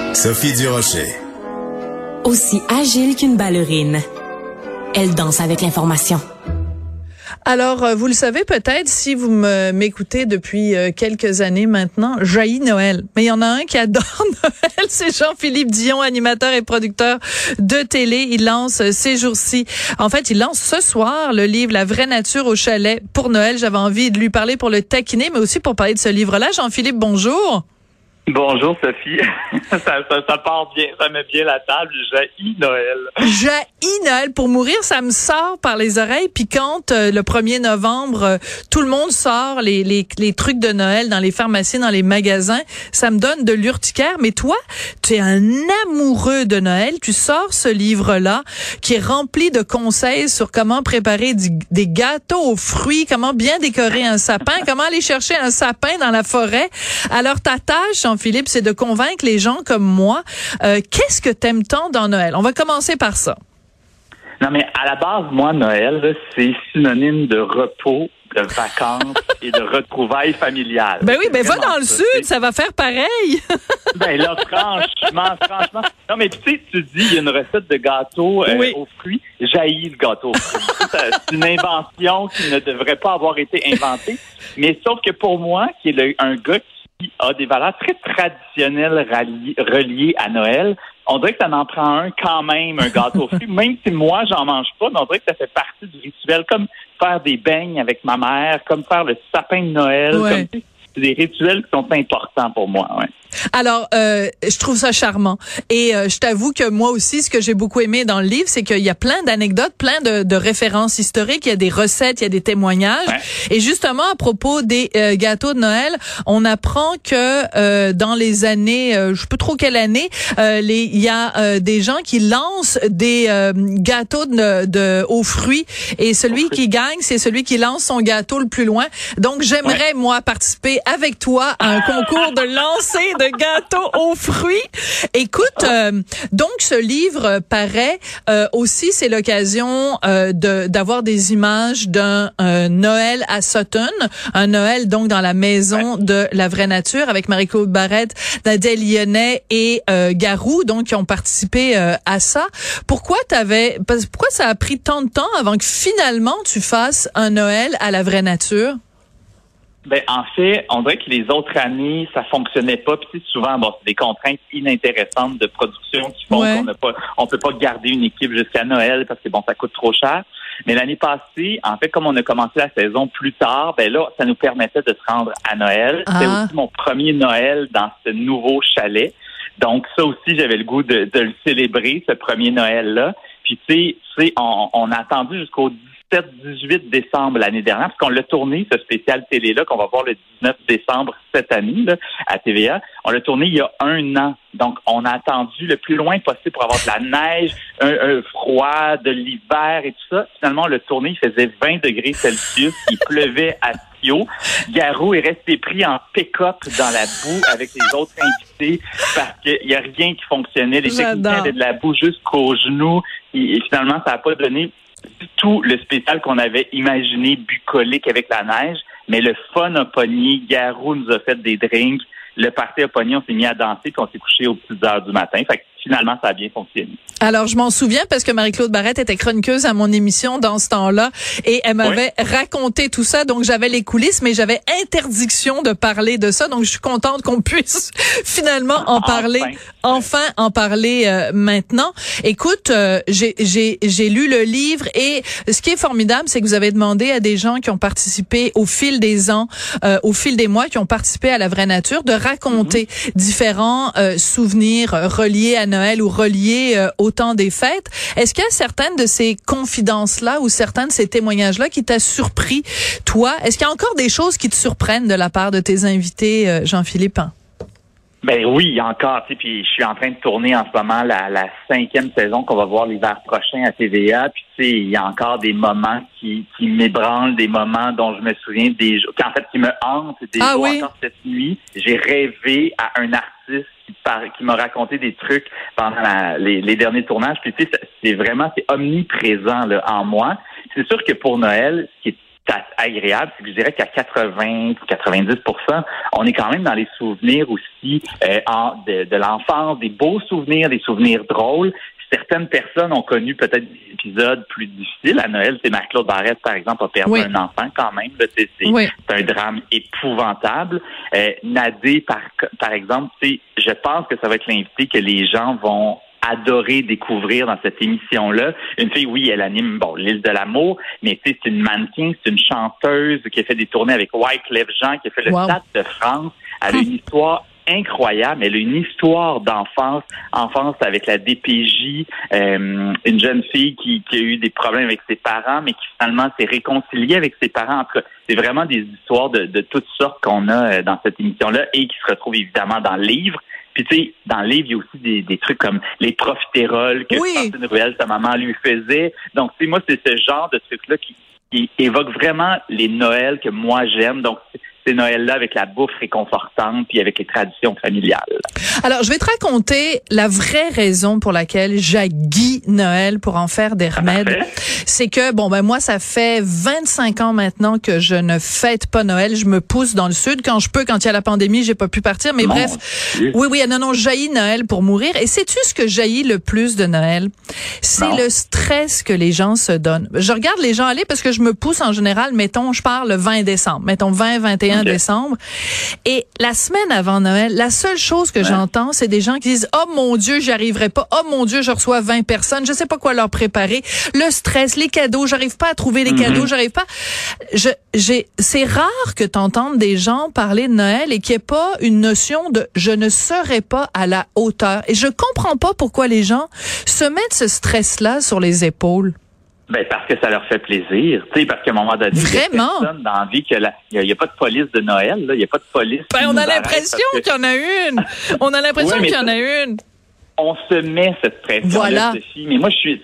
Sophie Durocher. Aussi agile qu'une ballerine, elle danse avec l'information. Alors, vous le savez peut-être, si vous m'écoutez depuis quelques années maintenant, j'haïs Noël. Mais il y en a un qui adore Noël, c'est Jean-Philippe Dion, animateur et producteur de télé. Il lance ces jours-ci, en fait, il lance ce soir le livre La vraie nature au chalet pour Noël. J'avais envie de lui parler pour le taquiner, mais aussi pour parler de ce livre-là. Jean-Philippe, bonjour. Bonjour Sophie, ça part bien, ça met bien la table, j'haïs Noël. J'haïs Noël pour mourir, ça me sort par les oreilles, puis quand le 1er novembre, tout le monde sort les trucs de Noël dans les pharmacies, dans les magasins, ça me donne de l'urticaire, mais toi, tu es un amoureux de Noël, tu sors ce livre-là qui est rempli de conseils sur comment préparer des gâteaux aux fruits, comment bien décorer un sapin, comment aller chercher un sapin dans la forêt. Alors ta tâche, Jean-Philippe, c'est de convaincre les gens comme moi. Qu'est-ce que t'aimes tant dans Noël? On va commencer par ça. Non, mais à la base, moi, Noël, là, c'est synonyme de repos, de vacances et de retrouvailles familiales. Ben oui, ben va dans le sud, ça va faire pareil. Ben là, franchement. Non, mais tu sais, tu dis, il y a une recette de gâteau aux fruits. J'haïs le gâteau aux fruits. C'est une invention qui ne devrait pas avoir été inventée. Mais sauf que pour moi, qui est un gars qui a des valeurs très traditionnelles reliées à Noël, on dirait que ça en prend un quand même, un gâteau aux fruits. Même si moi, j'en mange pas, mais on dirait que ça fait partie du rituel, comme faire des beignes avec ma mère, comme faire le sapin de Noël. Ouais. Comme, c'est des rituels qui sont importants pour moi. Ouais. Alors, je trouve ça charmant. Et je t'avoue que moi aussi, ce que j'ai beaucoup aimé dans le livre, c'est qu'il y a plein d'anecdotes, plein de références historiques, il y a des recettes, il y a des témoignages. Ouais. Et justement, à propos des gâteaux de Noël, on apprend que dans les années, je sais pas trop quelle année, il y a des gens qui lancent des gâteaux aux fruits. Et celui qui gagne, c'est celui qui lance son gâteau le plus loin. Donc, j'aimerais, moi, participer avec toi à un concours de lancer de gâteaux aux fruits. Écoute, donc ce livre paraît aussi, c'est l'occasion d'avoir des images d'un Noël à Sutton, un Noël donc dans la maison de la vraie nature avec Marie-Claude Barrette, Nadia Lyonnais et Garou, donc qui ont participé à ça. Pourquoi ça a pris tant de temps avant que finalement tu fasses un Noël à la vraie nature? Ben, en fait, on dirait que les autres années, ça fonctionnait pas. Puis souvent, c'est des contraintes inintéressantes de production qui font qu'on peut pas garder une équipe jusqu'à Noël parce que ça coûte trop cher. Mais l'année passée, en fait, comme on a commencé la saison plus tard, ben là, ça nous permettait de se rendre à Noël. C'était aussi mon premier Noël dans ce nouveau chalet. Donc ça aussi, j'avais le goût de le célébrer, ce premier Noël-là. Puis tu sais, on a attendu jusqu'au 17-18 décembre l'année dernière, parce qu'on l'a tourné, ce spécial télé-là, qu'on va voir le 19 décembre cette année là, à TVA. On l'a tourné il y a 1 an. Donc, on a attendu le plus loin possible pour avoir de la neige, un froid, de l'hiver et tout ça. Finalement, on l'a tourné, il faisait 20 degrés Celsius, il pleuvait à Tio. Garou est resté pris en pick-up dans la boue avec les autres invités parce qu'il n'y a rien qui fonctionnait. Les techniciens avaient de la boue jusqu'aux genoux et finalement, ça n'a pas donné du tout le spécial qu'on avait imaginé bucolique avec la neige, mais le fun a pogné. Garou nous a fait des drinks. Le party a pogné, on s'est mis à danser puis on s'est couché aux petites heures du matin. Fait que finalement, ça a bien fonctionné. Alors, je m'en souviens parce que Marie-Claude Barrette était chroniqueuse à mon émission dans ce temps-là et elle m'avait raconté tout ça. Donc, j'avais les coulisses, mais j'avais interdiction de parler de ça. Donc, je suis contente qu'on puisse finalement en parler, enfin en parler maintenant. Écoute, j'ai lu le livre et ce qui est formidable, c'est que vous avez demandé à des gens qui ont participé au fil des ans, au fil des mois, qui ont participé à la vraie nature, de raconter différents souvenirs reliés à Noël ou reliés au temps des fêtes. Est-ce qu'il y a certaines de ces confidences-là ou certains de ces témoignages-là qui t'a surpris, toi? Est-ce qu'il y a encore des choses qui te surprennent de la part de tes invités, Jean-Philippe? Ben oui, encore, tu sais, puis je suis en train de tourner en ce moment la 5e saison qu'on va voir l'hiver prochain à TVA, puis tu sais, il y a encore des moments qui m'ébranlent, des moments dont je me souviens, en fait, qui me hantent, encore cette nuit. J'ai rêvé à un artiste qui m'a raconté des trucs pendant les derniers tournages, puis tu sais, c'est omniprésent là, en moi. C'est sûr que pour Noël, ce qui est agréable, c'est que je dirais qu'à 80-90%, on est quand même dans les souvenirs aussi de l'enfance, des beaux souvenirs, des souvenirs drôles. Certaines personnes ont connu peut-être des épisodes plus difficiles. À Noël, c'est Marc-Claude Barrette, par exemple, a perdu un enfant quand même. C'est un drame épouvantable. Nadé, par exemple, je pense que ça va être l'invité que les gens vont adorer découvrir dans cette émission-là. Une fille, oui, elle anime, l'Île de l'amour, mais c'est une mannequin, c'est une chanteuse qui a fait des tournées avec Wyclef Jean, qui a fait le Stade de France. Elle a une histoire incroyable. Elle a une histoire d'enfance avec la DPJ, une jeune fille qui a eu des problèmes avec ses parents, mais qui finalement s'est réconciliée avec ses parents. En tout cas, c'est vraiment des histoires de toutes sortes qu'on a dans cette émission-là et qui se retrouvent évidemment dans le livre. Puis tu sais, dans le livre, il y a aussi des trucs comme les profiteroles que Francine Ruel, sa maman, lui faisait. Donc, tu sais, moi, c'est ce genre de trucs-là qui évoque vraiment les Noëls que moi j'aime. Donc, ces Noëls-là avec la bouffe réconfortante puis avec les traditions familiales. Alors, je vais te raconter la vraie raison pour laquelle j'haïs Noël pour en faire des remèdes. C'est que, moi, ça fait 25 ans maintenant que je ne fête pas Noël. Je me pousse dans le sud quand je peux. Quand il y a la pandémie, j'ai pas pu partir. Mais bref, non, j'haïs Noël pour mourir. Et sais-tu ce que j'haïs le plus de Noël? C'est le stress que les gens se donnent. Je regarde les gens aller parce que je me pousse en général, mettons, je pars le 20 décembre. Mettons 20-21 décembre. Et la semaine avant Noël, la seule chose que j'entends, c'est des gens qui disent « Oh mon Dieu, j'y arriverai pas. Oh mon Dieu, je reçois 20 personnes. Je sais pas quoi leur préparer. Le stress, les cadeaux, j'arrive pas à trouver les cadeaux, j'arrive pas. » C'est rare que t'entendes des gens parler de Noël et qu'il n'y ait pas une notion de « je ne serai pas à la hauteur ». Et je comprends pas pourquoi les gens se mettent ce stress-là sur les épaules. Parce que ça leur fait plaisir. Tu sais, parce qu'à un moment donné, il y a personne dans la vie il y a pas de police de Noël, là. Il y a pas de police. On a l'impression qu'il y en a une. On a l'impression qu'il y en a une. On se met cette pression-là, Sophie. Mais moi,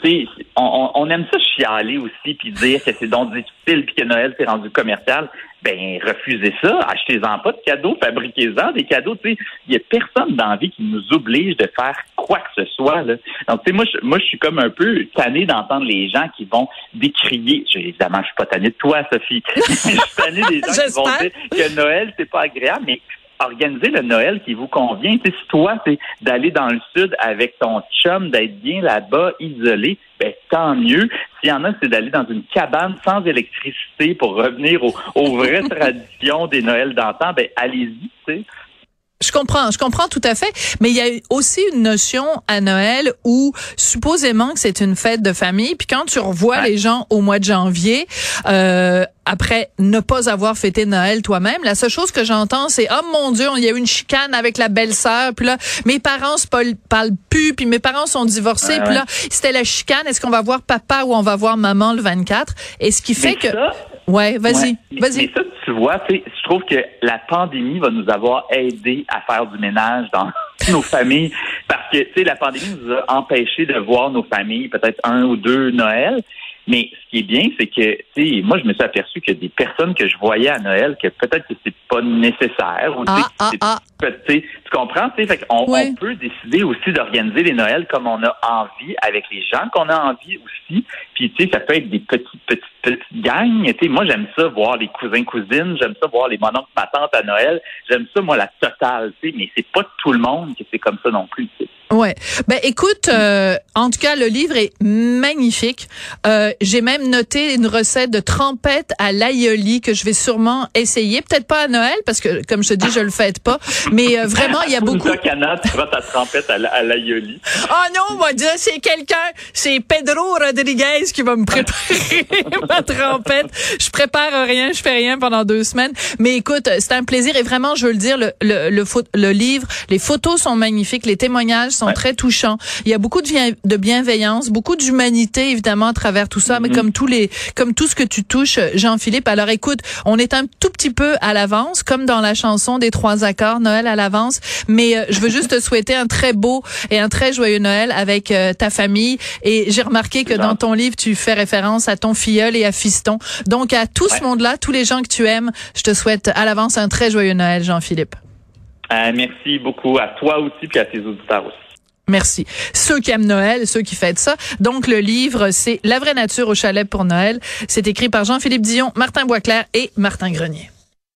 on aime ça chialer aussi puis dire que c'est donc difficile puis que Noël s'est rendu commercial. Refusez ça. Achetez-en pas de cadeaux. Fabriquez-en des cadeaux. Tu sais, il y a personne dans la vie qui nous oblige de faire quoi que ce soit, là. Donc, tu sais, moi, je suis comme un peu tanné d'entendre les gens qui vont décrier. Évidemment, je suis pas tanné de toi, Sophie. Je suis tanné des gens qui vont dire que Noël, c'est pas agréable, mais organiser le Noël qui vous convient. Tu sais, si toi, c'est d'aller dans le sud avec ton chum, d'être bien là-bas, isolé, tant mieux. S'il y en a, c'est d'aller dans une cabane sans électricité pour revenir aux vraies traditions des Noëls d'antan, allez-y, tu sais. Je comprends tout à fait, mais il y a aussi une notion à Noël où supposément que c'est une fête de famille, puis quand tu revois les gens au mois de janvier, après ne pas avoir fêté Noël toi-même, la seule chose que j'entends c'est oh mon Dieu, il y a eu une chicane avec la belle-sœur, puis là mes parents se parlent plus, puis mes parents sont divorcés, puis là c'était la chicane, est-ce qu'on va voir papa ou on va voir maman le 24? Et ce qui fait que vas-y. Mais ça, tu vois, je trouve que la pandémie va nous avoir aidé à faire du ménage dans nos familles parce que, tu sais, la pandémie nous a empêché de voir nos familles peut-être 1 ou 2 Noël. Mais ce qui est bien, c'est que, tu sais, moi, je me suis aperçu que des personnes que je voyais à Noël, que peut-être que c'est pas nécessaire. Ou tu comprends? Tu sais, fait qu'on on peut décider aussi d'organiser les Noëls comme on a envie, avec les gens qu'on a envie aussi. Puis, tu sais, ça peut être des petites gangs. Tu sais, moi, j'aime ça voir les cousins-cousines. J'aime ça voir les mononcles, ma tante à Noël. J'aime ça, moi, la totale. Tu sais, mais c'est pas tout le monde que c'est comme ça non plus, tu sais. Ouais. Écoute, en tout cas, le livre est magnifique. J'ai même noté une recette de trempette à l'aïoli que je vais sûrement essayer. Peut-être pas à Noël, parce que, comme je te dis, je le fête pas. Mais vraiment, il y a beaucoup... Tu feras ta trempette à l'aïoli. Oh non, moi, dire, c'est Pedro Rodriguez qui va me préparer ma trempette. Je prépare rien, je fais rien pendant 2 semaines. Mais écoute, c'est un plaisir. Et vraiment, je veux le dire, le livre, les photos sont magnifiques, les témoignages sont très touchants. Il y a beaucoup de bienveillance, beaucoup d'humanité évidemment à travers tout ça, mais comme tout ce que tu touches, Jean-Philippe. Alors écoute, on est un tout petit peu à l'avance, comme dans la chanson des 3 accords, Noël à l'avance. Mais je veux juste te souhaiter un très beau et un très joyeux Noël avec ta famille. Et j'ai remarqué que dans ton livre, tu fais référence à ton filleul et à Fiston. Donc à tout ce monde-là, tous les gens que tu aimes, je te souhaite à l'avance un très joyeux Noël, Jean-Philippe. Merci beaucoup à toi aussi puis à tes auditeurs aussi. Merci. Ceux qui aiment Noël, ceux qui fêtent ça. Donc, le livre, c'est La vraie nature au chalet pour Noël. C'est écrit par Jean-Philippe Dion, Martin Boisclair et Martin Grenier.